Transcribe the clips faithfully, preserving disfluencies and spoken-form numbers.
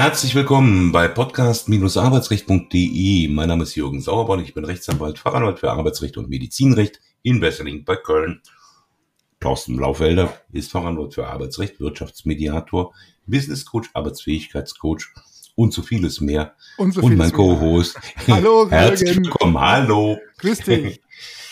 Herzlich willkommen bei podcast Arbeitsrecht punkt de. Mein Name ist Jürgen Sauerborn, ich bin Rechtsanwalt, Fachanwalt für Arbeitsrecht und Medizinrecht in Wesseling bei Köln. Thorsten Blaufelder ist Fachanwalt für Arbeitsrecht, Wirtschaftsmediator, Business Coach, Arbeitsfähigkeitscoach und so vieles mehr. Und, so und mein mehr. Co-Host. Hallo, herzlich Jürgen. willkommen. Hallo. Grüß dich.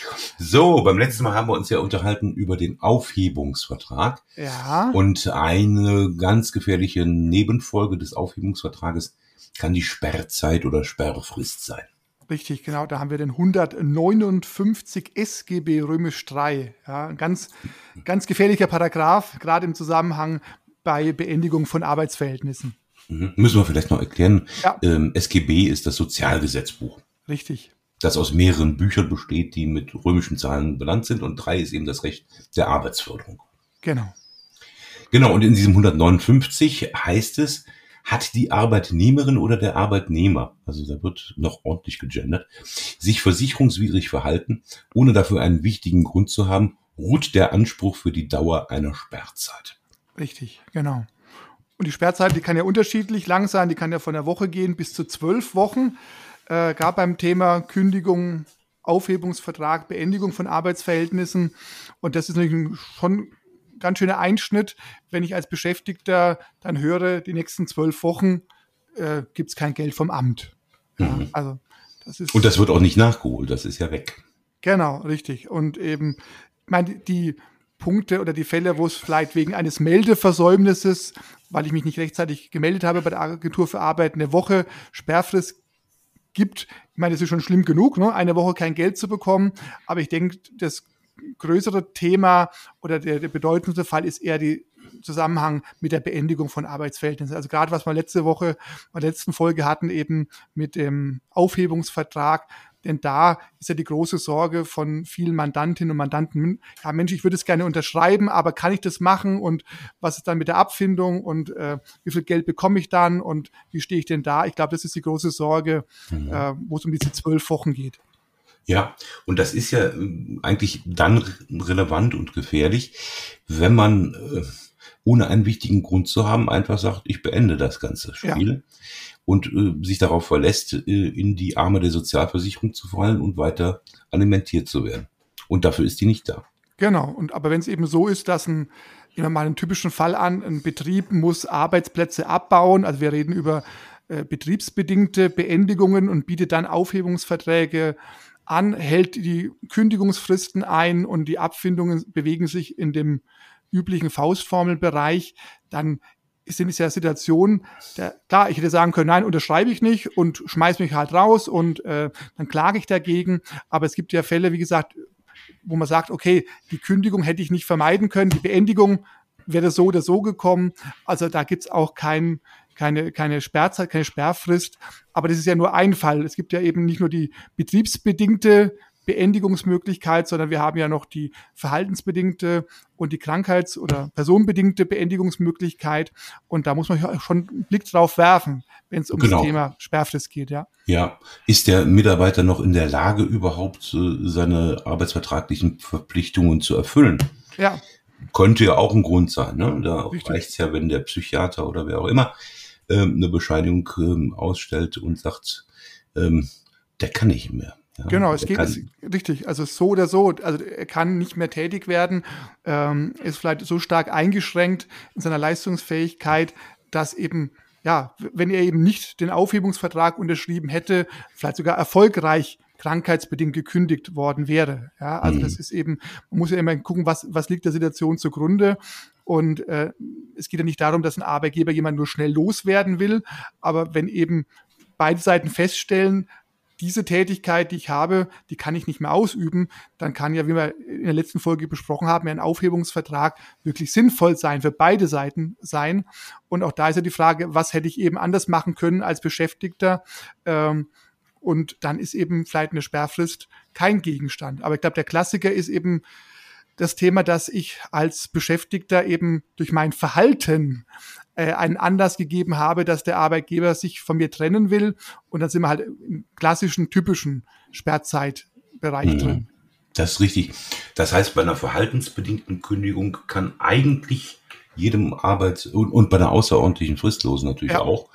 So, beim letzten Mal haben wir uns ja unterhalten über den Aufhebungsvertrag. Ja. Und eine ganz gefährliche Nebenfolge des Aufhebungsvertrages kann die Sperrzeit oder Sperrfrist sein. Richtig, genau. Da haben wir den hundertneunundfünfzig S G B römisch drei. Ja, ein ganz, ganz gefährlicher Paragraph, gerade im Zusammenhang bei Beendigung von Arbeitsverhältnissen. Mhm. Müssen wir vielleicht noch erklären. Ja. Ähm, S G B ist das Sozialgesetzbuch. Richtig. Das aus mehreren Büchern besteht, die mit römischen Zahlen benannt sind. Und drei ist eben das Recht der Arbeitsförderung. Genau. Genau, und in diesem hundertneunundfünfzig heißt es, hat die Arbeitnehmerin oder der Arbeitnehmer, also da wird noch ordentlich gegendert, sich versicherungswidrig verhalten, ohne dafür einen wichtigen Grund zu haben, ruht der Anspruch für die Dauer einer Sperrzeit. Richtig, genau. Und die Sperrzeit, die kann ja unterschiedlich lang sein, die kann ja von der Woche gehen bis zu zwölf Wochen. Äh, gerade beim Thema Kündigung, Aufhebungsvertrag, Beendigung von Arbeitsverhältnissen. Und das ist natürlich schon ein ganz schöner Einschnitt, wenn ich als Beschäftigter dann höre, die nächsten zwölf Wochen äh, gibt es kein Geld vom Amt. Ja, Mhm. also das ist, Und das wird auch nicht nachgeholt, das ist ja weg. Genau, richtig. Und eben, ich meine, die, die Punkte oder die Fälle, wo es vielleicht wegen eines Meldeversäumnisses, weil ich mich nicht rechtzeitig gemeldet habe bei der Agentur für Arbeit, eine Woche Sperrfrist gibt. Ich meine, das ist schon schlimm genug, ne? Eine Woche kein Geld zu bekommen. Aber ich denke, das größere Thema oder der, der bedeutendste Fall ist eher der Zusammenhang mit der Beendigung von Arbeitsverhältnissen. Also gerade was wir letzte Woche, bei der letzten Folge hatten, eben mit dem Aufhebungsvertrag. Denn da ist ja die große Sorge von vielen Mandantinnen und Mandanten, ja Mensch, ich würde es gerne unterschreiben, aber kann ich das machen und was ist dann mit der Abfindung und äh, wie viel Geld bekomme ich dann und wie stehe ich denn da? Ich glaube, das ist die große Sorge, mhm. äh, wo es um diese zwölf Wochen geht. Ja, und das ist ja äh, eigentlich dann relevant und gefährlich, wenn man äh, ohne einen wichtigen Grund zu haben einfach sagt, ich beende das ganze Spiel. Ja. Und äh, sich darauf verlässt, äh, in die Arme der Sozialversicherung zu fallen und weiter alimentiert zu werden. Und dafür ist die nicht da. Genau. Und aber wenn es eben so ist, dass ein, nehmen wir mal einen typischen Fall an, ein Betrieb muss Arbeitsplätze abbauen, also wir reden über äh, betriebsbedingte Beendigungen und bietet dann Aufhebungsverträge an, hält die Kündigungsfristen ein und die Abfindungen bewegen sich in dem üblichen Faustformelbereich, dann sind es ja Situationen, der, klar, ich hätte sagen können, nein, unterschreibe ich nicht und schmeiß mich halt raus und äh, dann klage ich dagegen. Aber es gibt ja Fälle, wie gesagt, wo man sagt, okay, die Kündigung hätte ich nicht vermeiden können, die Beendigung wäre so oder so gekommen. Also da gibt's auch kein, keine, keine Sperrzeit, keine Sperrfrist. Aber das ist ja nur ein Fall. Es gibt ja eben nicht nur die betriebsbedingte Beendigungsmöglichkeit, sondern wir haben ja noch die verhaltensbedingte und die krankheits- oder personenbedingte Beendigungsmöglichkeit. Und da muss man ja schon einen Blick drauf werfen, wenn es um genau. das Thema Sperrfrist geht. Ja. Ja, ist der Mitarbeiter noch in der Lage, überhaupt seine arbeitsvertraglichen Verpflichtungen zu erfüllen? Ja. Könnte ja auch ein Grund sein. Ne? Da reicht es ja, wenn der Psychiater oder wer auch immer ähm, eine Bescheinigung ähm, ausstellt und sagt, ähm, der kann nicht mehr. Ja, genau, es geht es, richtig, also so oder so, also er kann nicht mehr tätig werden, ähm, ist vielleicht so stark eingeschränkt in seiner Leistungsfähigkeit, dass eben, ja, wenn er eben nicht den Aufhebungsvertrag unterschrieben hätte, vielleicht sogar erfolgreich krankheitsbedingt gekündigt worden wäre. Ja, also mhm. das ist eben, man muss ja immer gucken, was, was liegt der Situation zugrunde. Und äh, es geht ja nicht darum, dass ein Arbeitgeber jemanden nur schnell loswerden will, aber wenn eben beide Seiten feststellen, diese Tätigkeit, die ich habe, die kann ich nicht mehr ausüben, dann kann ja, wie wir in der letzten Folge besprochen haben, ein Aufhebungsvertrag wirklich sinnvoll sein, für beide Seiten sein. Und auch da ist ja die Frage, was hätte ich eben anders machen können als Beschäftigter? Ähm, und dann ist eben vielleicht eine Sperrfrist kein Gegenstand. Aber ich glaube, der Klassiker ist eben das Thema, dass ich als Beschäftigter eben durch mein Verhalten äh, einen Anlass gegeben habe, dass der Arbeitgeber sich von mir trennen will. Und dann sind wir halt im klassischen, typischen Sperrzeitbereich mhm. drin. Das ist richtig. Das heißt, bei einer verhaltensbedingten Kündigung kann eigentlich jedem Arbeits- und, und bei einer außerordentlichen Fristlosen natürlich ja. auch,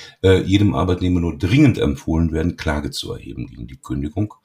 äh, jedem Arbeitnehmer nur dringend empfohlen werden, Klage zu erheben gegen die Kündigung.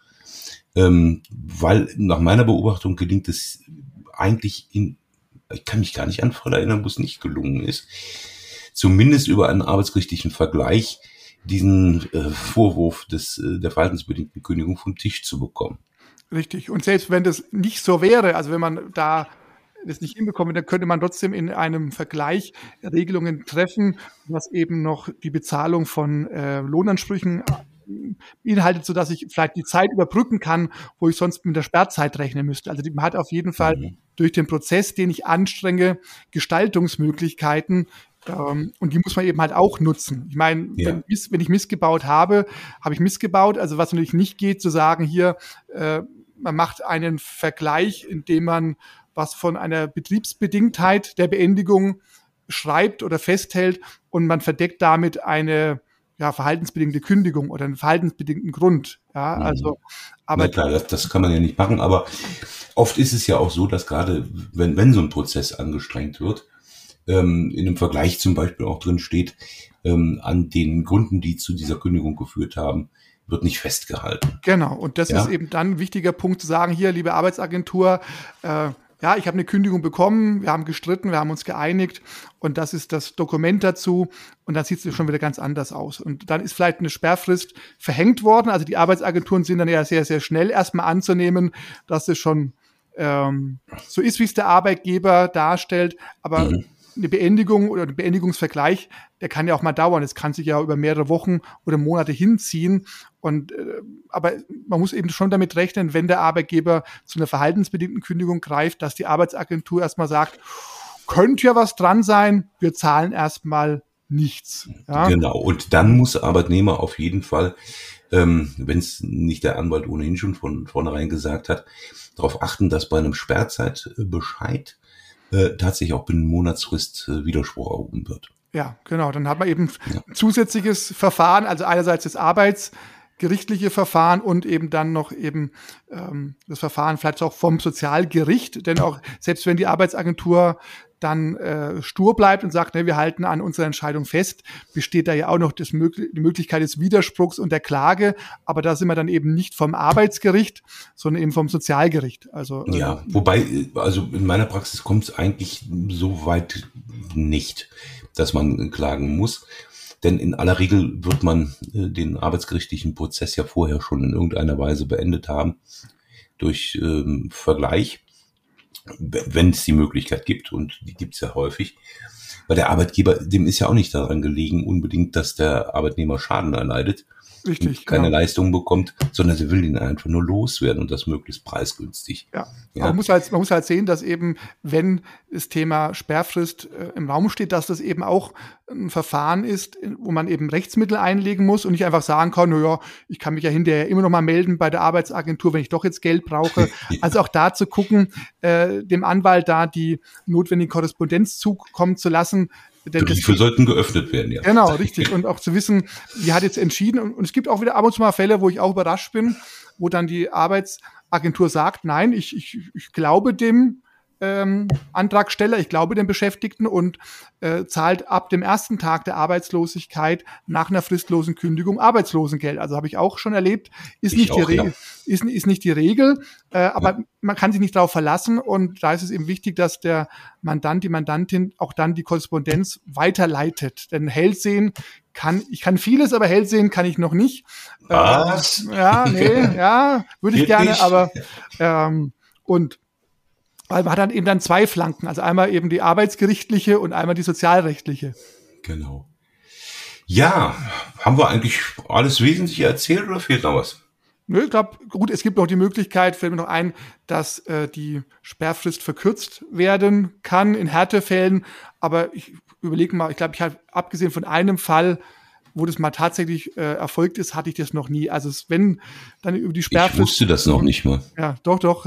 Ähm, weil nach meiner Beobachtung gelingt es eigentlich in, ich kann mich gar nicht an Fall erinnern, wo es nicht gelungen ist, zumindest über einen arbeitsgerichtlichen Vergleich diesen äh, Vorwurf des, äh, der verhaltensbedingten Kündigung vom Tisch zu bekommen. Richtig. Und selbst wenn das nicht so wäre, also wenn man da das nicht hinbekommt, dann könnte man trotzdem in einem Vergleich Regelungen treffen, was eben noch die Bezahlung von äh, Lohnansprüchen beinhaltet, sodass ich vielleicht die Zeit überbrücken kann, wo ich sonst mit der Sperrzeit rechnen müsste. Also man hat auf jeden Fall mhm. durch den Prozess, den ich anstrenge, Gestaltungsmöglichkeiten, ähm, und die muss man eben halt auch nutzen. Ich meine, ja. wenn, wenn ich missgebaut habe, habe ich missgebaut. Also was natürlich nicht geht, zu sagen, hier, äh, man macht einen Vergleich, indem man was von einer Betriebsbedingtheit der Beendigung schreibt oder festhält und man verdeckt damit eine ja, verhaltensbedingte Kündigung oder einen verhaltensbedingten Grund. Ja, also, aber. Na klar, das, das kann man ja nicht machen, aber oft ist es ja auch so, dass gerade, wenn, wenn so ein Prozess angestrengt wird, ähm, in einem Vergleich zum Beispiel auch drin steht, ähm, an den Gründen, die zu dieser Kündigung geführt haben, wird nicht festgehalten. Genau, und das ja? ist eben dann ein wichtiger Punkt zu sagen, hier, liebe Arbeitsagentur, äh, ja, ich habe eine Kündigung bekommen, wir haben gestritten, wir haben uns geeinigt und das ist das Dokument dazu und dann sieht es schon wieder ganz anders aus. Und dann ist vielleicht eine Sperrfrist verhängt worden, also die Arbeitsagenturen sind dann ja sehr, sehr schnell erstmal anzunehmen, dass es schon ähm, so ist, wie es der Arbeitgeber darstellt, aber mhm. eine Beendigung oder ein Beendigungsvergleich, der kann ja auch mal dauern. Es kann sich ja über mehrere Wochen oder Monate hinziehen. Und äh, aber man muss eben schon damit rechnen, wenn der Arbeitgeber zu einer verhaltensbedingten Kündigung greift, dass die Arbeitsagentur erstmal sagt, könnte ja was dran sein, wir zahlen erstmal nichts. Ja? Genau. Und dann muss der Arbeitnehmer auf jeden Fall, ähm, wenn es nicht der Anwalt ohnehin schon von vornherein gesagt hat, darauf achten, dass bei einem Sperrzeitbescheid Äh, tatsächlich auch binnen Monatsfrist äh, Widerspruch erhoben wird. Ja, genau. Dann hat man eben ja. zusätzliches Verfahren, also einerseits das arbeitsgerichtliche Verfahren und eben dann noch eben ähm, das Verfahren vielleicht auch vom Sozialgericht, denn auch selbst wenn die Arbeitsagentur dann äh, stur bleibt und sagt, ne, wir halten an unserer Entscheidung fest, besteht da ja auch noch das möglich- die Möglichkeit des Widerspruchs und der Klage, aber da sind wir dann eben nicht vom Arbeitsgericht, sondern eben vom Sozialgericht. Also ja, äh, wobei, also in meiner Praxis kommt es eigentlich so weit nicht, dass man klagen muss, denn in aller Regel wird man äh, den arbeitsgerichtlichen Prozess ja vorher schon in irgendeiner Weise beendet haben durch ähm, Vergleich, wenn es die Möglichkeit gibt, und die gibt es ja häufig. Weil der Arbeitgeber, dem ist ja auch nicht daran gelegen, unbedingt, dass der Arbeitnehmer Schaden erleidet, richtig, keine genau. Leistung bekommt, sondern sie will ihn einfach nur loswerden und das möglichst preisgünstig. Ja, ja. Man muss halt, man muss halt sehen, dass eben, wenn das Thema Sperrfrist äh, im Raum steht, dass das eben auch ein Verfahren ist, wo man eben Rechtsmittel einlegen muss und nicht einfach sagen kann, naja, ich kann mich ja hinterher immer noch mal melden bei der Arbeitsagentur, wenn ich doch jetzt Geld brauche. Ja. Also auch da zu gucken, äh, dem Anwalt da die notwendige Korrespondenz zukommen zu lassen. Denn Briefe das, sollten geöffnet werden, ja. Genau, richtig. Und auch zu wissen, die hat jetzt entschieden. Und, und es gibt auch wieder ab und zu mal Fälle, wo ich auch überrascht bin, wo dann die Arbeitsagentur sagt, nein, ich, ich, ich glaube dem ähm, Antragsteller, ich glaube dem Beschäftigten und äh, zahlt ab dem ersten Tag der Arbeitslosigkeit nach einer fristlosen Kündigung Arbeitslosengeld. Also habe ich auch schon erlebt, ist ich nicht auch, die Regel, ja. ist, ist nicht die Regel, äh, aber ja. man kann sich nicht darauf verlassen und da ist es eben wichtig, dass der Mandant, die Mandantin auch dann die Korrespondenz weiterleitet. Denn Hellsehen kann, ich kann vieles, aber Hellsehen kann ich noch nicht. Was? Äh, ja, nee, ja, würde ich gerne, aber ähm, und weil man hat dann eben dann zwei Flanken, also einmal eben die arbeitsgerichtliche und einmal die sozialrechtliche. Genau. Ja, haben wir eigentlich alles Wesentliche erzählt oder fehlt noch was? Nö, ich glaube, gut, es gibt noch die Möglichkeit, fällt mir noch ein, dass äh, die Sperrfrist verkürzt werden kann in Härtefällen, aber ich überlege mal, ich glaube, ich habe abgesehen von einem Fall, wo das mal tatsächlich äh, erfolgt ist, hatte ich das noch nie. Also es, wenn dann über die Sperrfrist... Ich wusste das noch nicht mal. Ja, doch, doch.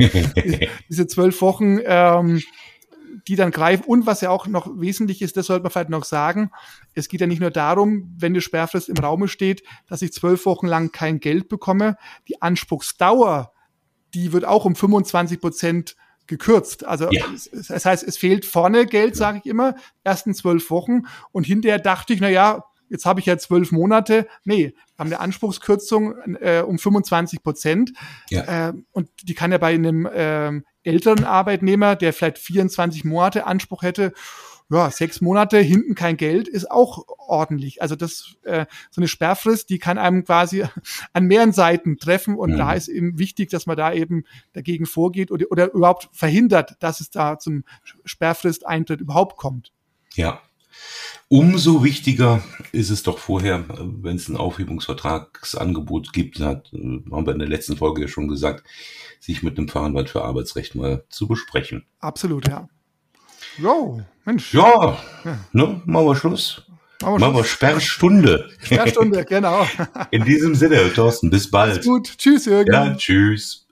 Diese zwölf Wochen, ähm, die dann greifen. Und was ja auch noch wesentlich ist, das sollte man vielleicht noch sagen, es geht ja nicht nur darum, wenn die Sperrfrist im Raume steht, dass ich zwölf Wochen lang kein Geld bekomme. Die Anspruchsdauer, die wird auch um fünfundzwanzig Prozent gekürzt. Also ja. es, das heißt, es fehlt vorne Geld, sage ich immer, ersten zwölf Wochen. Und hinterher dachte ich, na ja, jetzt habe ich ja zwölf Monate. Nee, wir haben eine Anspruchskürzung äh, um fünfundzwanzig Prozent. Ja. Äh, und die kann ja bei einem äh, älteren Arbeitnehmer, der vielleicht vierundzwanzig Monate Anspruch hätte, ja, sechs Monate, hinten kein Geld, ist auch ordentlich. Also das, äh, so eine Sperrfrist, die kann einem quasi an mehreren Seiten treffen und mhm. da ist eben wichtig, dass man da eben dagegen vorgeht oder, oder überhaupt verhindert, dass es da zum Sperrfristeintritt überhaupt kommt. Ja. Umso wichtiger ist es doch vorher, wenn es ein Aufhebungsvertragsangebot gibt, hat, haben wir in der letzten Folge ja schon gesagt, sich mit einem Fachanwalt für Arbeitsrecht mal zu besprechen. Absolut, ja. Jo, Mensch. Ja, ja. Ne, machen wir Schluss. Machen wir, machen wir Sperrstunde. Sperrstunde, genau. In diesem Sinne, Thorsten, bis bald. Alles gut. Tschüss, Jürgen. Ja, tschüss.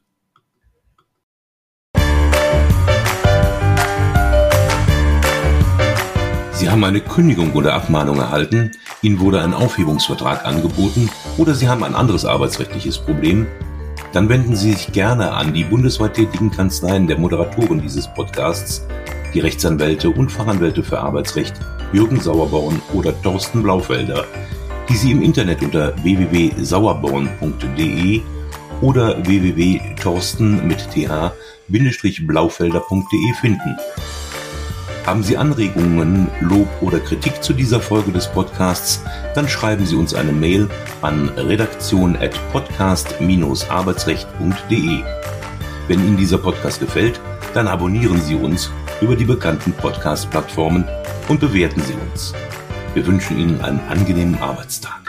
Sie haben eine Kündigung oder Abmahnung erhalten, Ihnen wurde ein Aufhebungsvertrag angeboten oder Sie haben ein anderes arbeitsrechtliches Problem, dann wenden Sie sich gerne an die bundesweit tätigen Kanzleien der Moderatoren dieses Podcasts, die Rechtsanwälte und Fachanwälte für Arbeitsrecht Jürgen Sauerborn oder Thorsten Blaufelder, die Sie im Internet unter w w w punkt sauerborn punkt d e oder w w w punkt thorsten mit th blaufelder punkt d e finden. Haben Sie Anregungen, Lob oder Kritik zu dieser Folge des Podcasts, dann schreiben Sie uns eine Mail an redaktion at podcast dash arbeitsrecht punkt d e. Wenn Ihnen dieser Podcast gefällt, dann abonnieren Sie uns über die bekannten Podcast-Plattformen und bewerten Sie uns. Wir wünschen Ihnen einen angenehmen Arbeitstag.